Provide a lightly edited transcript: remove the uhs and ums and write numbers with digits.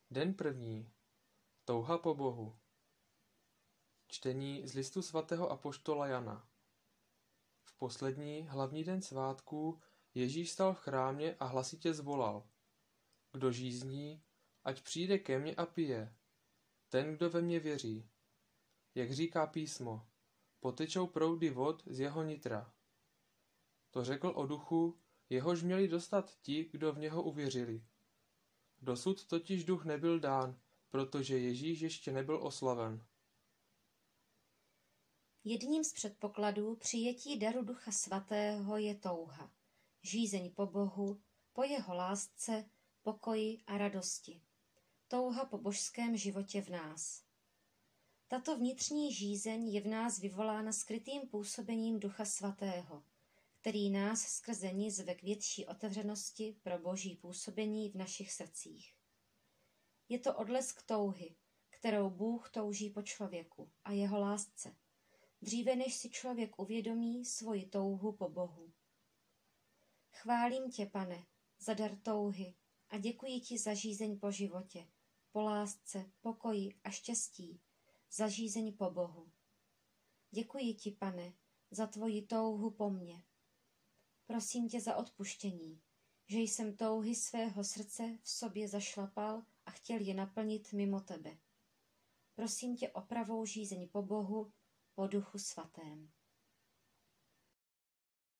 Den první. Touha po Bohu. Čtení z listu svatého apoštola Jana. V poslední hlavní den svátků Ježíš stal v chrámě a hlasitě zvolal: Kdo žízní, ať přijde ke mně a pije. Ten, kdo ve mně věří. Jak říká písmo, potečou proudy vod z jeho nitra. To řekl o duchu, jehož měli dostat ti, kdo v něho uvěřili. Dosud totiž duch nebyl dán, protože Ježíš ještě nebyl oslaven. Jedním z předpokladů přijetí daru Ducha Svatého je touha, žízeň po Bohu, po jeho lásce, pokoji a radosti. Touha po božském životě v nás. Tato vnitřní žízeň je v nás vyvolána skrytým působením Ducha Svatého, který nás skrze ní zve k větší otevřenosti pro boží působení v našich srdcích. Je to odlesk touhy, kterou Bůh touží po člověku a jeho lásce, dříve než si člověk uvědomí svoji touhu po Bohu. Chválím tě, Pane, za dar touhy a děkuji ti za žízeň po životě, po lásce, pokoji a štěstí, za žízeň po Bohu. Děkuji ti, Pane, za tvoji touhu po mně. Prosím tě za odpuštění, že jsem touhy svého srdce v sobě zašlapal a chtěl je naplnit mimo tebe. Prosím tě o pravou žízeň po Bohu, po Duchu Svatém.